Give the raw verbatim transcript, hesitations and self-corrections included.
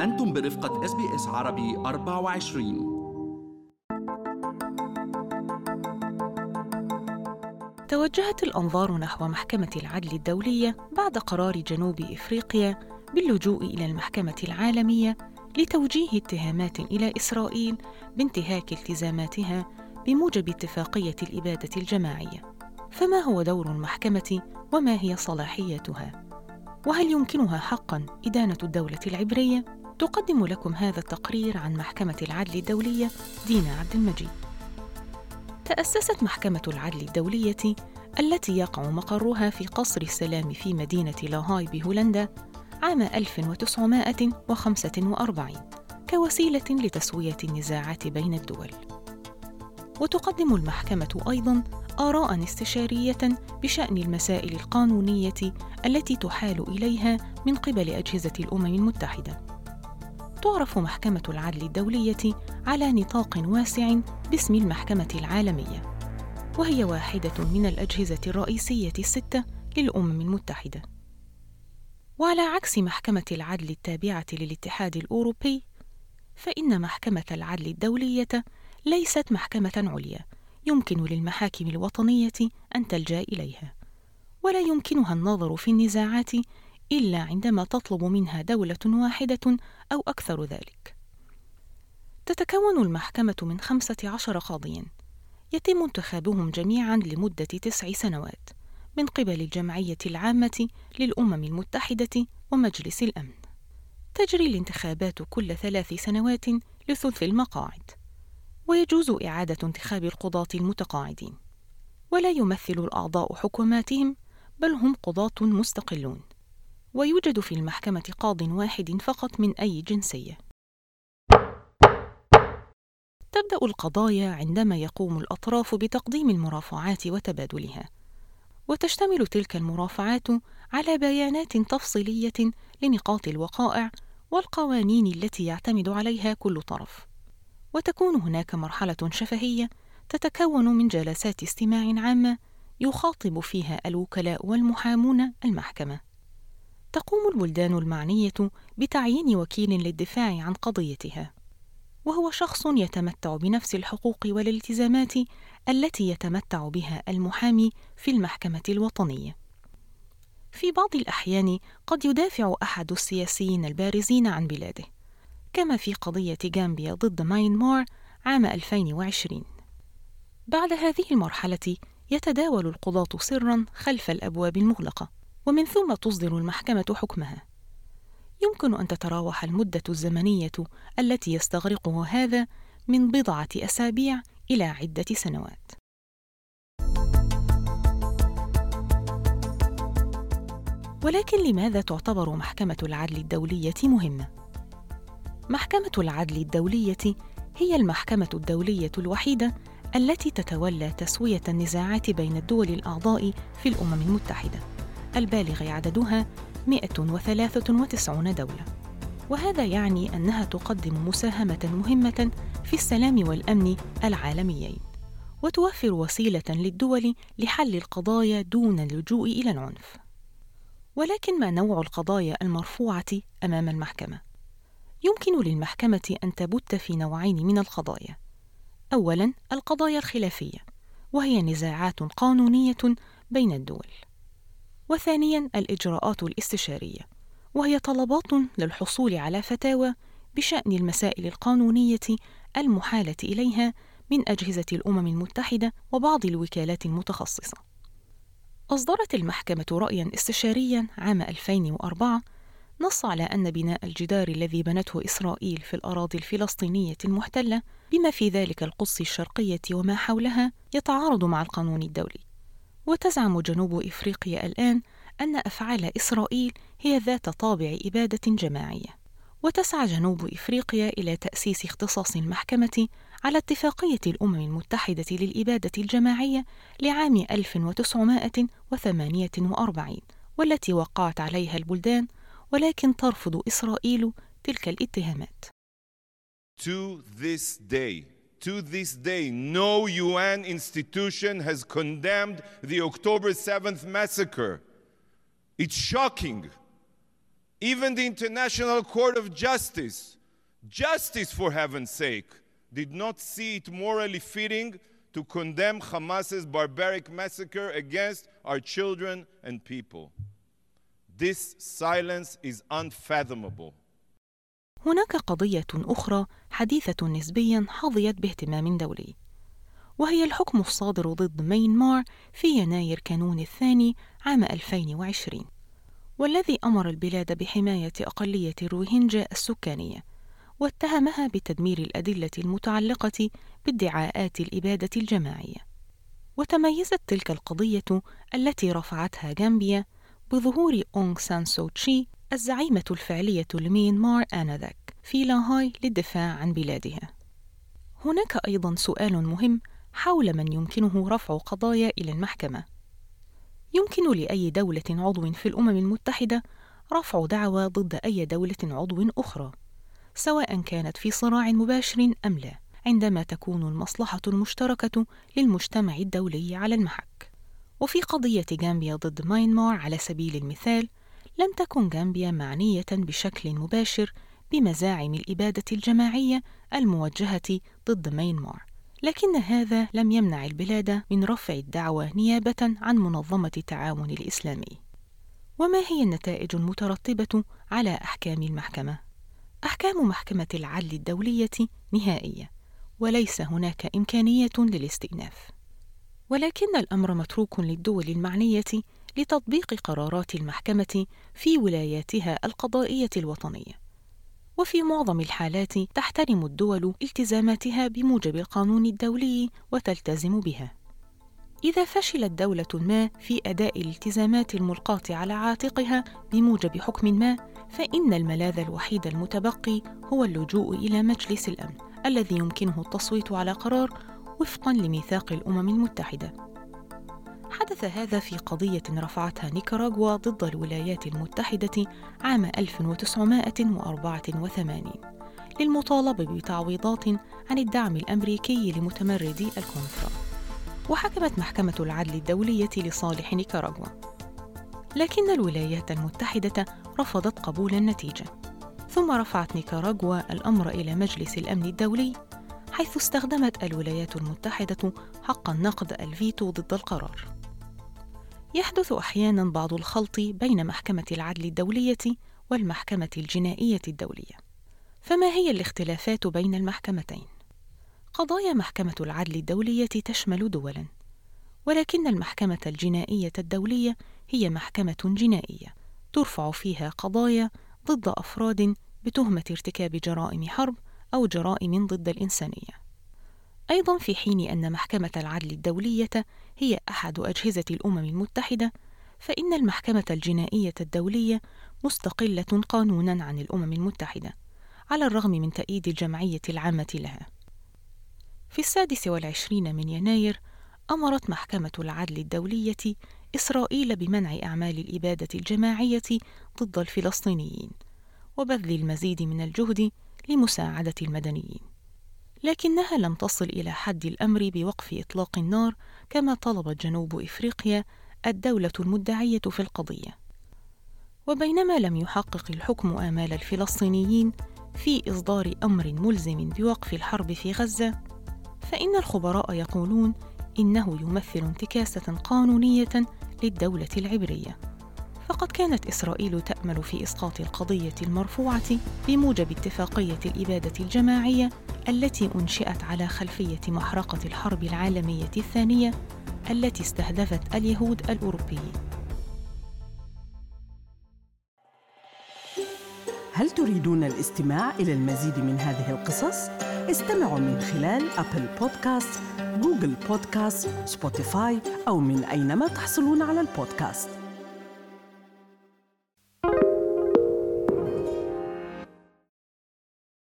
أنتم برفقة إس بي إس عربي أربعة وعشرين. توجهت الأنظار نحو محكمة العدل الدولية بعد قرار جنوب إفريقيا باللجوء إلى المحكمة العالمية لتوجيه اتهامات إلى إسرائيل بانتهاك التزاماتها بموجب اتفاقية الإبادة الجماعية. فما هو دور المحكمة وما هي صلاحيتها؟ وهل يمكنها حقاً إدانة الدولة العبرية؟ تقدم لكم هذا التقرير عن محكمة العدل الدولية دينا عبد المجيد. تأسست محكمة العدل الدولية التي يقع مقرها في قصر السلام في مدينة لاهاي بهولندا عام ألف وتسعمائة وخمسة وأربعين كوسيلة لتسوية النزاعات بين الدول. وتقدم المحكمة أيضاً آراء استشارية بشأن المسائل القانونية التي تحال إليها من قبل أجهزة الأمم المتحدة. تعرف محكمة العدل الدولية على نطاق واسع باسم المحكمة العالمية، وهي واحدة من الأجهزة الرئيسية الستة للأمم المتحدة. وعلى عكس محكمة العدل التابعة للاتحاد الأوروبي، فإن محكمة العدل الدولية ليست محكمة عليا يمكن للمحاكم الوطنية أن تلجأ إليها، ولا يمكنها النظر في النزاعات إلا عندما تطلب منها دولة واحدة أو أكثر ذلك. تتكون المحكمة من خمسة عشر قاضياً يتم انتخابهم جميعاً لمدة تسع سنوات من قبل الجمعية العامة للأمم المتحدة ومجلس الأمن. تجري الانتخابات كل ثلاث سنوات لثلث المقاعد، ويجوز إعادة انتخاب القضاة المتقاعدين، ولا يمثل الأعضاء حكوماتهم بل هم قضاة مستقلون. ويوجد في المحكمة قاض واحد فقط من أي جنسية. تبدأ القضايا عندما يقوم الأطراف بتقديم المرافعات وتبادلها، وتشتمل تلك المرافعات على بيانات تفصيلية لنقاط الوقائع والقوانين التي يعتمد عليها كل طرف. وتكون هناك مرحلة شفهية تتكون من جلسات استماع عامة يخاطب فيها الوكلاء والمحامون المحكمة. تقوم البلدان المعنية بتعيين وكيل للدفاع عن قضيتها، وهو شخص يتمتع بنفس الحقوق والالتزامات التي يتمتع بها المحامي في المحكمة الوطنية. في بعض الأحيان قد يدافع أحد السياسيين البارزين عن بلاده، كما في قضية غامبيا ضد ماينمار عام ألفين وعشرين. بعد هذه المرحلة يتداول القضاة سراً خلف الأبواب المغلقة، ومن ثم تصدر المحكمة حكمها. يمكن أن تتراوح المدة الزمنية التي يستغرقه هذا من بضعة أسابيع إلى عدة سنوات. ولكن لماذا تعتبر محكمة العدل الدولية مهمة؟ محكمة العدل الدولية هي المحكمة الدولية الوحيدة التي تتولى تسوية النزاعات بين الدول الأعضاء في الأمم المتحدة البالغ عددها مئة وثلاثة وتسعين دولة. وهذا يعني أنها تقدم مساهمة مهمة في السلام والأمن العالميين، وتوفر وسيلة للدول لحل القضايا دون اللجوء إلى العنف. ولكن ما نوع القضايا المرفوعة أمام المحكمة؟ يمكن للمحكمة أن تبت في نوعين من القضايا. أولاً، القضايا الخلافية، وهي نزاعات قانونية بين الدول. وثانياً، الإجراءات الاستشارية، وهي طلبات للحصول على فتاوى بشأن المسائل القانونية المحالة إليها من أجهزة الأمم المتحدة وبعض الوكالات المتخصصة. أصدرت المحكمة رأياً استشارياً عام ألفين وأربعة نص على أن بناء الجدار الذي بنته إسرائيل في الأراضي الفلسطينية المحتلة بما في ذلك القدس الشرقية وما حولها يتعارض مع القانون الدولي. وتزعم جنوب إفريقيا الآن أن أفعال إسرائيل هي ذات طابع إبادة جماعية. وتسعى جنوب إفريقيا إلى تأسيس اختصاص المحكمة على اتفاقية الأمم المتحدة للإبادة الجماعية لعام ألف وتسعمائة وثمانية وأربعين، والتي وقعت عليها البلدان، ولكن ترفض إسرائيل تلك الاتهامات. To this day, to this day, no U N institution has condemned the October seventh massacre. It's shocking. Even the International Court of Justice, justice for heaven's sake, did not see it morally fitting to condemn Hamas's barbaric massacre against our children and people. This silence is unfathomable. هناك قضية أخرى حديثة نسبياً حظيت باهتمام دولي، وهي الحكم الصادر ضد ميانمار في يناير كانون الثاني عام ألفين وعشرين، والذي أمر البلاد بحماية أقلية الروهينجا السكانية، واتهمها بتدمير الأدلة المتعلقة بادعاءات الإبادة الجماعية. وتميزت تلك القضية التي رفعتها غامبيا بظهور أونغ سان سو تشي الزعيمة الفعلية لميانمار آنذاك في لاهاي للدفاع عن بلادها. هناك أيضاً سؤال مهم حول من يمكنه رفع قضايا إلى المحكمة. يمكن لأي دولة عضو في الأمم المتحدة رفع دعوى ضد أي دولة عضو أخرى، سواء كانت في صراع مباشر أم لا، عندما تكون المصلحة المشتركة للمجتمع الدولي على المحك. وفي قضية غامبيا ضد ميانمار على سبيل المثال، لم تكن غامبيا معنية بشكل مباشر بمزاعم الإبادة الجماعية الموجهة ضد ميانمار، لكن هذا لم يمنع البلاد من رفع الدعوى نيابة عن منظمة التعاون الإسلامي. وما هي النتائج المترتبة على أحكام المحكمة؟ أحكام محكمة العدل الدولية نهائية، وليس هناك إمكانية للاستئناف، ولكن الأمر متروك للدول المعنية لتطبيق قرارات المحكمة في ولاياتها القضائية الوطنية. وفي معظم الحالات تحترم الدول التزاماتها بموجب القانون الدولي وتلتزم بها. إذا فشلت دولة ما في أداء الالتزامات الملقاة على عاتقها بموجب حكم ما، فإن الملاذ الوحيد المتبقي هو اللجوء إلى مجلس الأمن الذي يمكنه التصويت على قرار وفقاً لميثاق الأمم المتحدة. حدث هذا في قضية رفعتها نيكاراغوا ضد الولايات المتحدة عام ألف وتسعمائة وأربعة وثمانين للمطالبة بتعويضات عن الدعم الأمريكي لمتمردي الكونترا، وحكمت محكمة العدل الدولية لصالح نيكاراغوا، لكن الولايات المتحدة رفضت قبول النتيجة. ثم رفعت نيكاراغوا الأمر إلى مجلس الأمن الدولي، حيث استخدمت الولايات المتحدة حق النقد الفيتو ضد القرار. يحدث أحياناً بعض الخلط بين محكمة العدل الدولية والمحكمة الجنائية الدولية. فما هي الاختلافات بين المحكمتين؟ قضايا محكمة العدل الدولية تشمل دولاً، ولكن المحكمة الجنائية الدولية هي محكمة جنائية ترفع فيها قضايا ضد أفراد بتهمة ارتكاب جرائم حرب أو جرائم ضد الإنسانية. أيضاً في حين أن محكمة العدل الدولية هي أحد أجهزة الأمم المتحدة، فإن المحكمة الجنائية الدولية مستقلة قانوناً عن الأمم المتحدة، على الرغم من تأييد الجمعية العامة لها. في السادس والعشرين من يناير أمرت محكمة العدل الدولية إسرائيل بمنع أعمال الإبادة الجماعية ضد الفلسطينيين وبذل المزيد من الجهد لمساعدة المدنيين، لكنها لم تصل إلى حد الأمر بوقف إطلاق النار كما طلبت جنوب إفريقيا الدولة المدعية في القضية. وبينما لم يحقق الحكم آمال الفلسطينيين في إصدار أمر ملزم بوقف الحرب في غزة، فإن الخبراء يقولون إنه يمثل انتكاسة قانونية للدولة العبرية. فقد كانت إسرائيل تأمل في إسقاط القضية المرفوعة بموجب اتفاقية الإبادة الجماعية التي أنشئت على خلفية محرقة الحرب العالمية الثانية التي استهدفت اليهود الأوروبيين. هل تريدون الاستماع إلى المزيد من هذه القصص؟ استمعوا من خلال أبل بودكاست، جوجل بودكاست، سبوتيفاي أو من أينما تحصلون على البودكاست.